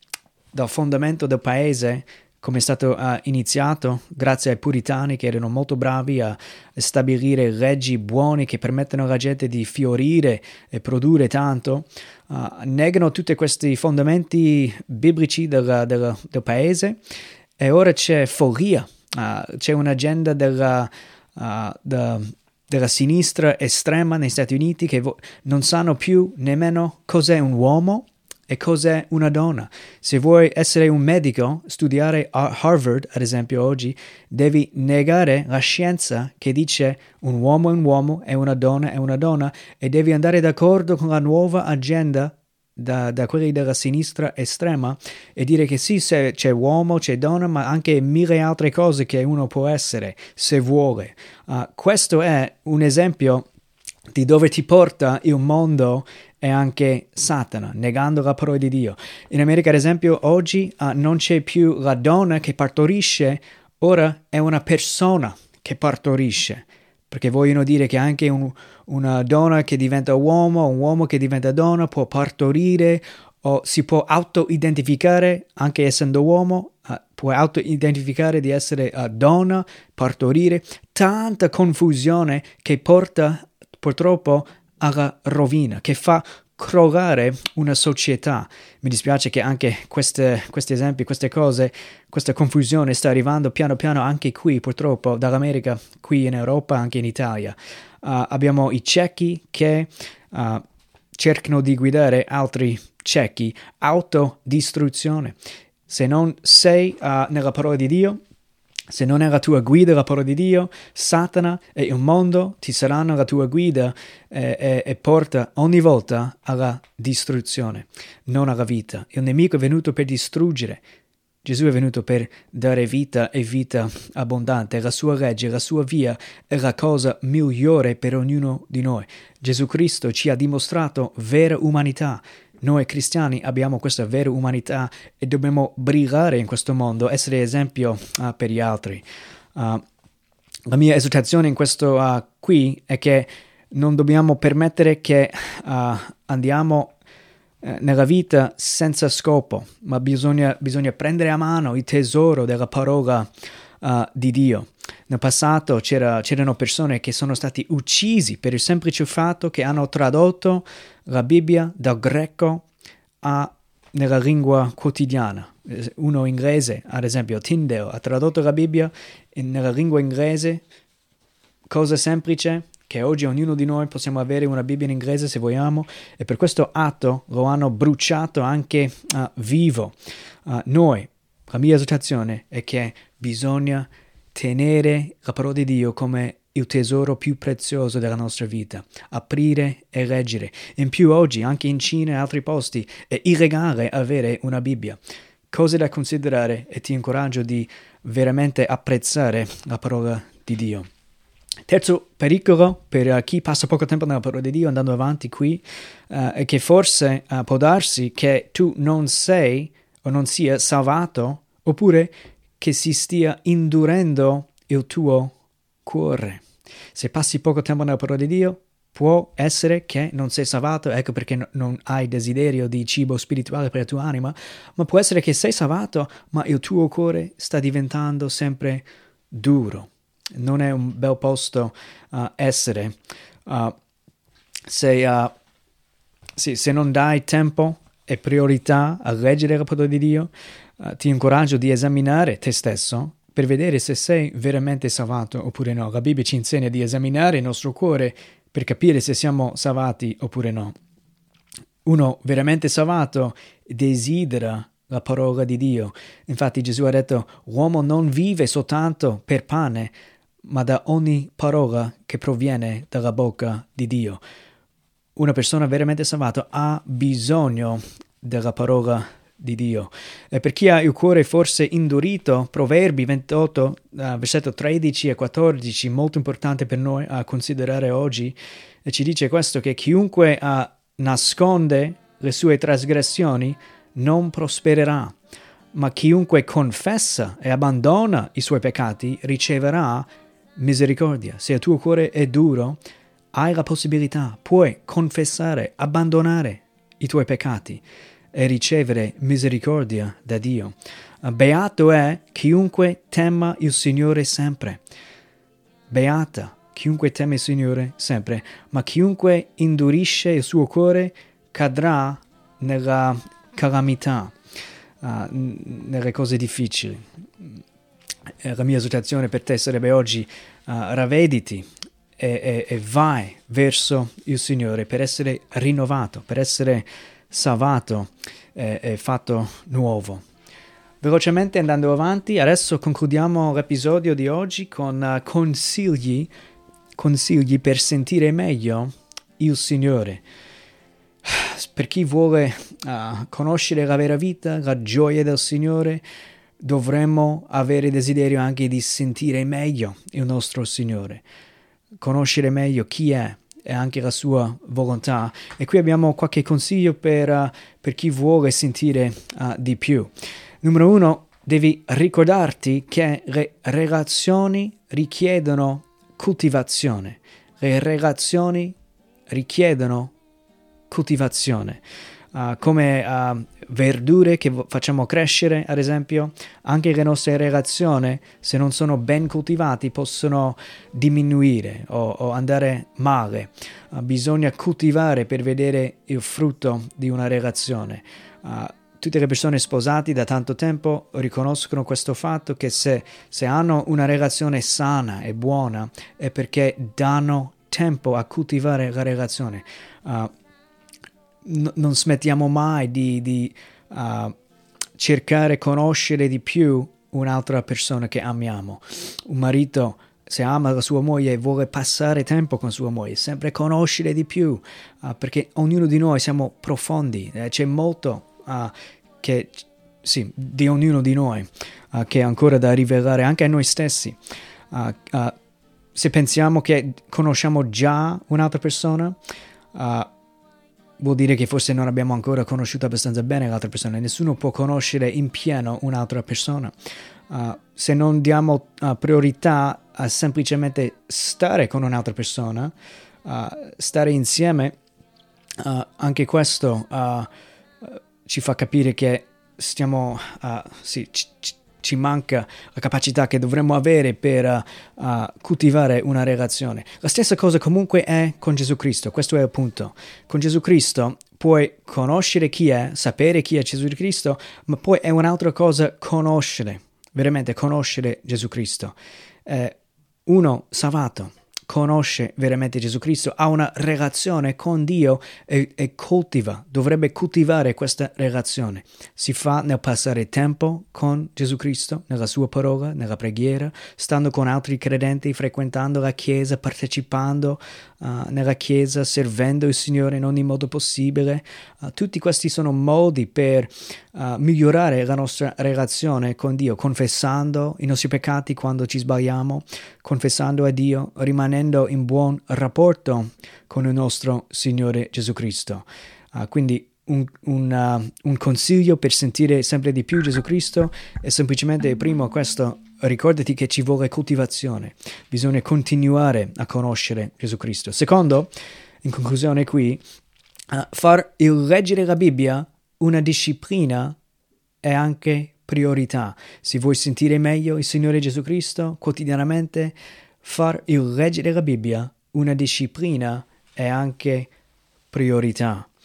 dal fondamento del paese, come è stato uh, iniziato grazie ai puritani che erano molto bravi a stabilire leggi buone che permettono alla gente di fiorire e produrre tanto. Uh, negano tutti questi fondamenti biblici del, del, del paese e ora c'è follia, uh, c'è un'agenda della, uh, da, della sinistra estrema negli Stati Uniti che vo- non sanno più nemmeno cos'è un uomo e cos'è una donna. Se vuoi essere un medico, studiare a Harvard, ad esempio oggi, devi negare la scienza che dice un uomo è un uomo e una donna è una donna e devi andare d'accordo con la nuova agenda da, da quelli della sinistra estrema e dire che sì, se c'è uomo, c'è donna, ma anche mille altre cose che uno può essere, se vuole. Uh, questo è un esempio di dove ti porta il mondo e anche Satana, negando la parola di Dio. In America, ad esempio, oggi uh, non c'è più la donna che partorisce, ora è una persona che partorisce, perché vogliono dire che anche un, una donna che diventa uomo, un uomo che diventa donna può partorire o si può auto-identificare, anche essendo uomo, uh, può auto-identificare di essere uh, donna, partorire. Tanta confusione che porta purtroppo alla rovina, che fa crollare una società. Mi dispiace che anche queste, questi esempi, queste cose, questa confusione sta arrivando piano piano anche qui, purtroppo, dall'America, qui in Europa, anche in Italia. Uh, abbiamo i ciechi che uh, cercano di guidare altri ciechi, autodistruzione. Se non sei uh, nella parola di Dio, se non è la tua guida la parola di Dio, Satana e il mondo ti saranno la tua guida eh, e, e porta ogni volta alla distruzione, non alla vita. Il nemico è venuto per distruggere. Gesù è venuto per dare vita e vita abbondante. La sua legge, la sua via è la cosa migliore per ognuno di noi. Gesù Cristo ci ha dimostrato vera umanità. Noi cristiani abbiamo questa vera umanità e dobbiamo brillare in questo mondo, essere esempio uh, per gli altri. Uh, la mia esortazione in questo uh, qui è che non dobbiamo permettere che uh, andiamo uh, nella vita senza scopo, ma bisogna, bisogna prendere a mano il tesoro della parola uh, di Dio. Nel passato c'era, c'erano persone che sono stati uccisi per il semplice fatto che hanno tradotto la Bibbia dal greco a, nella lingua quotidiana. Uno inglese, ad esempio, Tyndale, ha tradotto la Bibbia in, nella lingua inglese, cosa semplice, che oggi ognuno di noi possiamo avere una Bibbia in inglese se vogliamo, e per questo atto lo hanno bruciato anche uh, vivo. Uh, noi, la mia esortazione è che bisogna tenere la parola di Dio come il tesoro più prezioso della nostra vita, aprire e leggere. In più oggi, anche in Cina e altri posti, è illegale avere una Bibbia. Cose da considerare e ti incoraggio di veramente apprezzare la parola di Dio. Terzo pericolo per chi passa poco tempo nella parola di Dio andando avanti qui uh, è che forse uh, può darsi che tu non sei o non sia salvato oppure che si stia indurendo il tuo cuore. Se passi poco tempo nella parola di Dio, può essere che non sei salvato, ecco perché no, non hai desiderio di cibo spirituale per la tua anima, ma può essere che sei salvato, ma il tuo cuore sta diventando sempre duro. Non è un bel posto uh, essere. Uh, se, uh, sì, se non dai tempo e priorità a leggere la parola di Dio, uh, ti incoraggio di esaminare te stesso per vedere se sei veramente salvato oppure no. La Bibbia ci insegna di esaminare il nostro cuore per capire se siamo salvati oppure no. Uno veramente salvato desidera la parola di Dio. Infatti Gesù ha detto: l'uomo non vive soltanto per pane, ma da ogni parola che proviene dalla bocca di Dio. Una persona veramente salvata ha bisogno della parola di Dio. E per chi ha il cuore forse indurito, Proverbi ventotto, uh, versetto tredici e quattordici, molto importante per noi a considerare oggi, e ci dice questo, che chiunque uh, nasconde le sue trasgressioni non prospererà, ma chiunque confessa e abbandona i suoi peccati riceverà misericordia. Se il tuo cuore è duro, hai la possibilità, puoi confessare, abbandonare i tuoi peccati e ricevere misericordia da Dio. Beato è chiunque tema il Signore sempre. Beata chiunque teme il Signore sempre, ma chiunque indurisce il suo cuore cadrà nella calamità, uh, nelle cose difficili. La mia esortazione per te sarebbe oggi: uh, ravvediti e, e, e vai verso il Signore per essere rinnovato, per essere salvato e, e fatto nuovo. Velocemente andando avanti, adesso concludiamo l'episodio di oggi con uh, consigli, consigli per sentire meglio il Signore. Per chi vuole uh, conoscere la vera vita, la gioia del Signore, dovremmo avere desiderio anche di sentire meglio il nostro Signore, conoscere meglio chi è e anche la sua volontà. E qui abbiamo qualche consiglio per, uh, per chi vuole sentire uh, di più. Numero uno, devi ricordarti che le relazioni richiedono coltivazione. Le relazioni richiedono coltivazione. Uh, come uh, verdure che v- facciamo crescere, ad esempio, anche le nostre relazioni, se non sono ben coltivate, possono diminuire o, o andare male. Uh, bisogna coltivare per vedere il frutto di una relazione. Uh, tutte le persone sposate da tanto tempo riconoscono questo fatto, che se, se hanno una relazione sana e buona è perché danno tempo a coltivare la relazione. Uh, non smettiamo mai di, di uh, cercare di conoscere di più un'altra persona che amiamo. Un marito, se ama la sua moglie, vuole passare tempo con sua moglie, sempre conoscere di più, uh, perché ognuno di noi siamo profondi, eh, c'è molto uh, che, sì, di ognuno di noi uh, che è ancora da rivelare anche a noi stessi. Uh, uh, se pensiamo che conosciamo già un'altra persona, uh, vuol dire che forse non abbiamo ancora conosciuto abbastanza bene l'altra persona. Nessuno può conoscere in pieno un'altra persona. Uh, se non diamo uh, priorità a semplicemente stare con un'altra persona, uh, stare insieme, uh, anche questo uh, ci fa capire che stiamo, uh, sì, ci, ci manca la capacità che dovremmo avere per uh, uh, coltivare una relazione. La stessa cosa comunque è con Gesù Cristo, questo è il punto. Con Gesù Cristo puoi conoscere chi è, sapere chi è Gesù Cristo, ma poi è un'altra cosa conoscere, veramente conoscere Gesù Cristo. Eh, uno salvato conosce veramente Gesù Cristo, ha una relazione con Dio e, e coltiva, dovrebbe coltivare questa relazione. Si fa nel passare tempo con Gesù Cristo, nella sua parola, nella preghiera, stando con altri credenti, frequentando la Chiesa, partecipando uh, nella Chiesa, servendo il Signore in ogni modo possibile. Uh, tutti questi sono modi per uh, migliorare la nostra relazione con Dio, confessando i nostri peccati quando ci sbagliamo, confessando a Dio, rimanendo in buon rapporto con il nostro Signore Gesù Cristo. Uh, quindi un, un, uh, un consiglio per sentire sempre di più Gesù Cristo è semplicemente, primo, questo: ricordati che ci vuole coltivazione, bisogna continuare a conoscere Gesù Cristo. Secondo, in conclusione qui, uh, far il leggere la Bibbia una disciplina è anche priorità. Se vuoi sentire meglio il Signore Gesù Cristo quotidianamente, far il leggere la Bibbia una disciplina è anche priorità.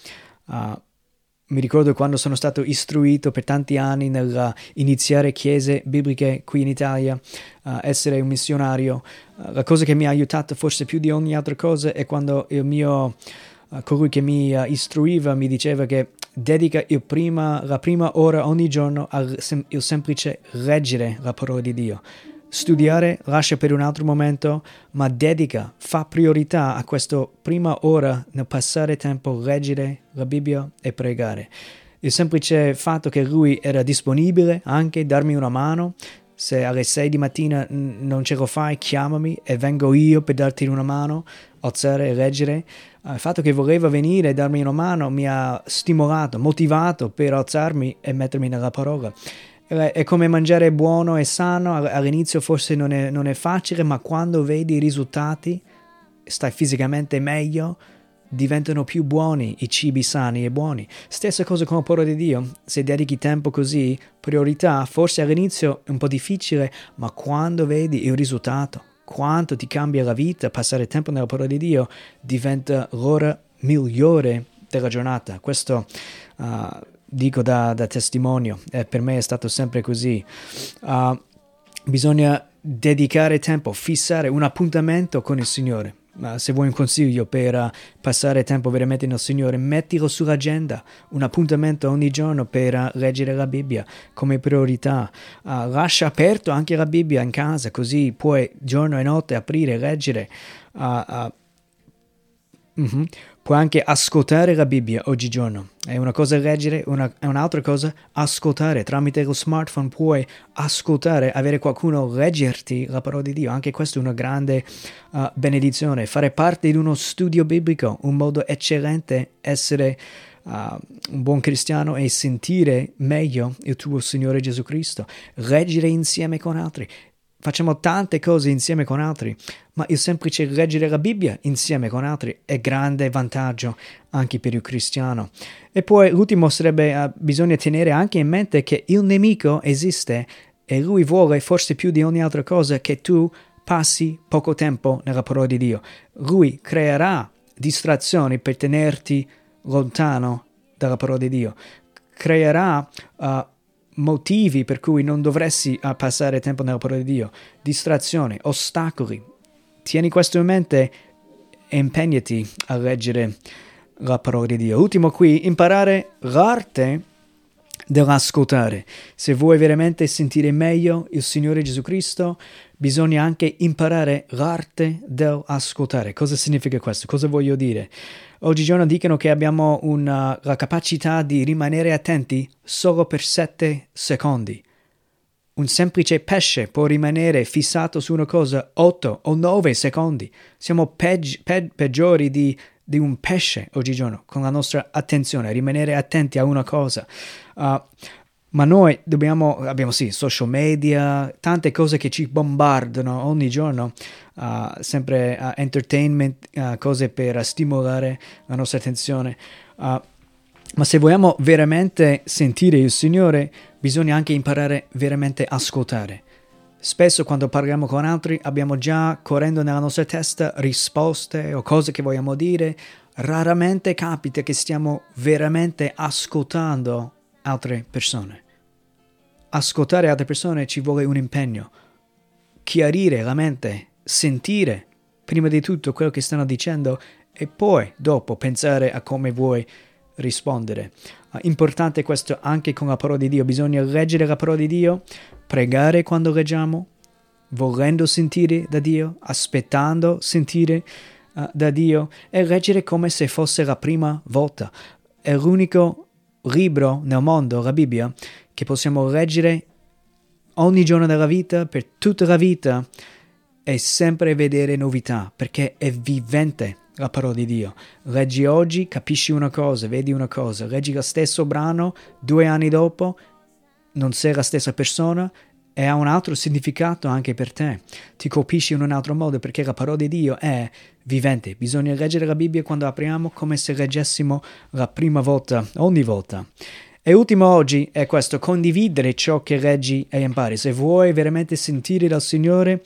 Uh, mi ricordo quando sono stato istruito per tanti anni nel iniziare chiese bibliche qui in Italia, uh, essere un missionario. Uh, la cosa che mi ha aiutato forse più di ogni altra cosa è quando il mio, uh, colui che mi uh, istruiva mi diceva che dedica il prima, la prima ora ogni giorno al sem- il semplice leggere la parola di Dio. Studiare lascia per un altro momento, ma dedica, fa priorità a questa prima ora nel passare tempo a leggere la Bibbia e pregare. Il semplice fatto che lui era disponibile anche a darmi una mano, se alle sei di mattina n- non ce lo fai, chiamami e vengo io per darti una mano, alzare e leggere. Il fatto che voleva venire e darmi una mano mi ha stimolato, motivato per alzarmi e mettermi nella parola. È come mangiare buono e sano, all'inizio forse non è, non è facile, ma quando vedi i risultati, stai fisicamente meglio, diventano più buoni i cibi sani e buoni. Stessa cosa con la parola di Dio, se dedichi tempo così, priorità, forse all'inizio è un po' difficile, ma quando vedi il risultato, quanto ti cambia la vita, passare tempo nella parola di Dio, diventa l'ora migliore della giornata. Questo uh, dico da, da testimonio, eh, per me è stato sempre così. Uh, bisogna dedicare tempo, fissare un appuntamento con il Signore. Uh, se vuoi un consiglio per uh, passare tempo veramente nel Signore, mettilo sull'agenda, un appuntamento ogni giorno per uh, leggere la Bibbia come priorità. Uh, lascia aperto anche la Bibbia in casa, così puoi giorno e notte aprire e leggere. Uh, uh, mm-hmm. Puoi anche ascoltare la Bibbia oggigiorno. È una cosa leggere, una, è un'altra cosa ascoltare. Tramite lo smartphone puoi ascoltare, avere qualcuno leggerti la parola di Dio. Anche questa è una grande uh, benedizione. Fare parte di uno studio biblico, un modo eccellente essere uh, un buon cristiano e sentire meglio il tuo Signore Gesù Cristo. Leggere insieme con altri. Facciamo tante cose insieme con altri, ma il semplice leggere la Bibbia insieme con altri è grande vantaggio anche per il cristiano. E poi l'ultimo sarebbe, uh, bisogna tenere anche in mente che il nemico esiste e lui vuole forse più di ogni altra cosa che tu passi poco tempo nella parola di Dio. Lui creerà distrazioni per tenerti lontano dalla parola di Dio. Creerà uh, motivi per cui non dovresti uh, passare tempo nella parola di Dio, distrazioni, ostacoli. Tieni questo in mente e impegnati a leggere la parola di Dio. Ultimo qui, imparare l'arte dell'ascoltare. Se vuoi veramente sentire meglio il Signore Gesù Cristo, bisogna anche imparare l'arte dell'ascoltare. Cosa significa questo? Cosa voglio dire? Oggigiorno dicono che abbiamo una, la capacità di rimanere attenti solo per sette secondi. Un semplice pesce può rimanere fissato su una cosa otto o nove secondi. Siamo peggi, pe, peggiori di, di un pesce oggigiorno con la nostra attenzione, rimanere attenti a una cosa. Uh, ma noi dobbiamo, abbiamo sì, social media, tante cose che ci bombardano ogni giorno, uh, sempre uh, entertainment, uh, cose per stimolare la nostra attenzione. Uh, ma se vogliamo veramente sentire il Signore, bisogna anche imparare veramente a ascoltare. Spesso quando parliamo con altri abbiamo già correndo nella nostra testa risposte o cose che vogliamo dire. Raramente capita che stiamo veramente ascoltando altre persone. Ascoltare altre persone ci vuole un impegno. Chiarire la mente, sentire prima di tutto quello che stanno dicendo e poi dopo pensare a come vuoi rispondere. Uh, importante questo anche con la parola di Dio. Bisogna leggere la parola di Dio, pregare quando leggiamo, volendo sentire da Dio, aspettando sentire uh, da Dio e leggere come se fosse la prima volta. È l'unico libro nel mondo, la Bibbia, che possiamo leggere ogni giorno della vita, per tutta la vita, e sempre vedere novità, perché è vivente la parola di Dio. Leggi oggi, capisci una cosa, vedi una cosa, leggi lo stesso brano, due anni dopo, non sei la stessa persona e ha un altro significato anche per te. Ti colpisci in un altro modo perché la parola di Dio è vivente. Bisogna leggere la Bibbia quando apriamo come se leggessimo la prima volta, ogni volta. E ultimo oggi è questo, condividere ciò che leggi e impari. Se vuoi veramente sentire dal Signore,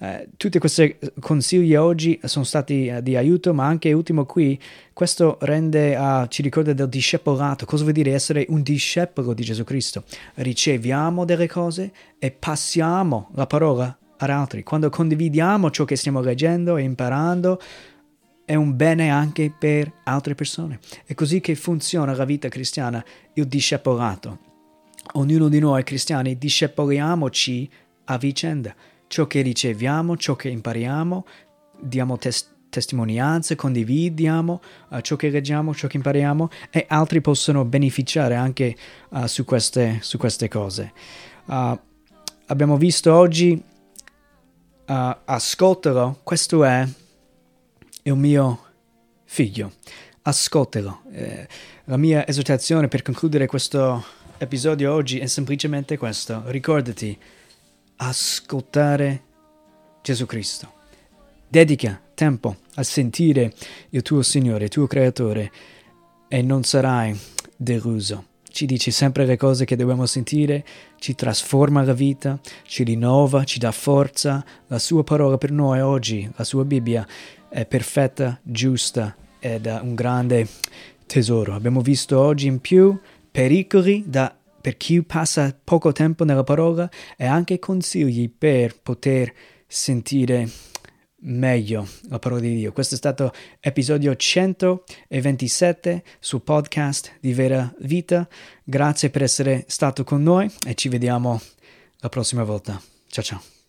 Eh, tutti questi consigli oggi sono stati eh, di aiuto, ma anche ultimo qui, questo rende, uh, ci ricorda del discepolato. Cosa vuol dire essere un discepolo di Gesù Cristo? Riceviamo delle cose e passiamo la parola ad altri. Quando condividiamo ciò che stiamo leggendo e imparando, è un bene anche per altre persone. È così che funziona la vita cristiana, il discepolato. Ognuno di noi cristiani discepoliamoci a vicenda. Ciò che riceviamo, ciò che impariamo, diamo tes- testimonianze, condividiamo uh, ciò che leggiamo, ciò che impariamo, e altri possono beneficiare anche uh, su, queste, su queste cose. Uh, abbiamo visto oggi, uh, ascoltalo, questo è il mio figlio, ascoltalo. Eh, la mia esortazione per concludere questo episodio oggi è semplicemente questo: ricordati, ascoltare Gesù Cristo. Dedica tempo a sentire il tuo Signore, il tuo Creatore, e non sarai deluso. Ci dice sempre le cose che dobbiamo sentire, ci trasforma la vita, ci rinnova, ci dà forza. La sua parola per noi oggi, la sua Bibbia, è perfetta, giusta ed è un grande tesoro. Abbiamo visto oggi in più pericoli da per chi passa poco tempo nella parola e anche consigli per poter sentire meglio la parola di Dio. Questo è stato episodio centoventisette sul podcast di Vera Vita. Grazie per essere stato con noi e ci vediamo la prossima volta. Ciao ciao.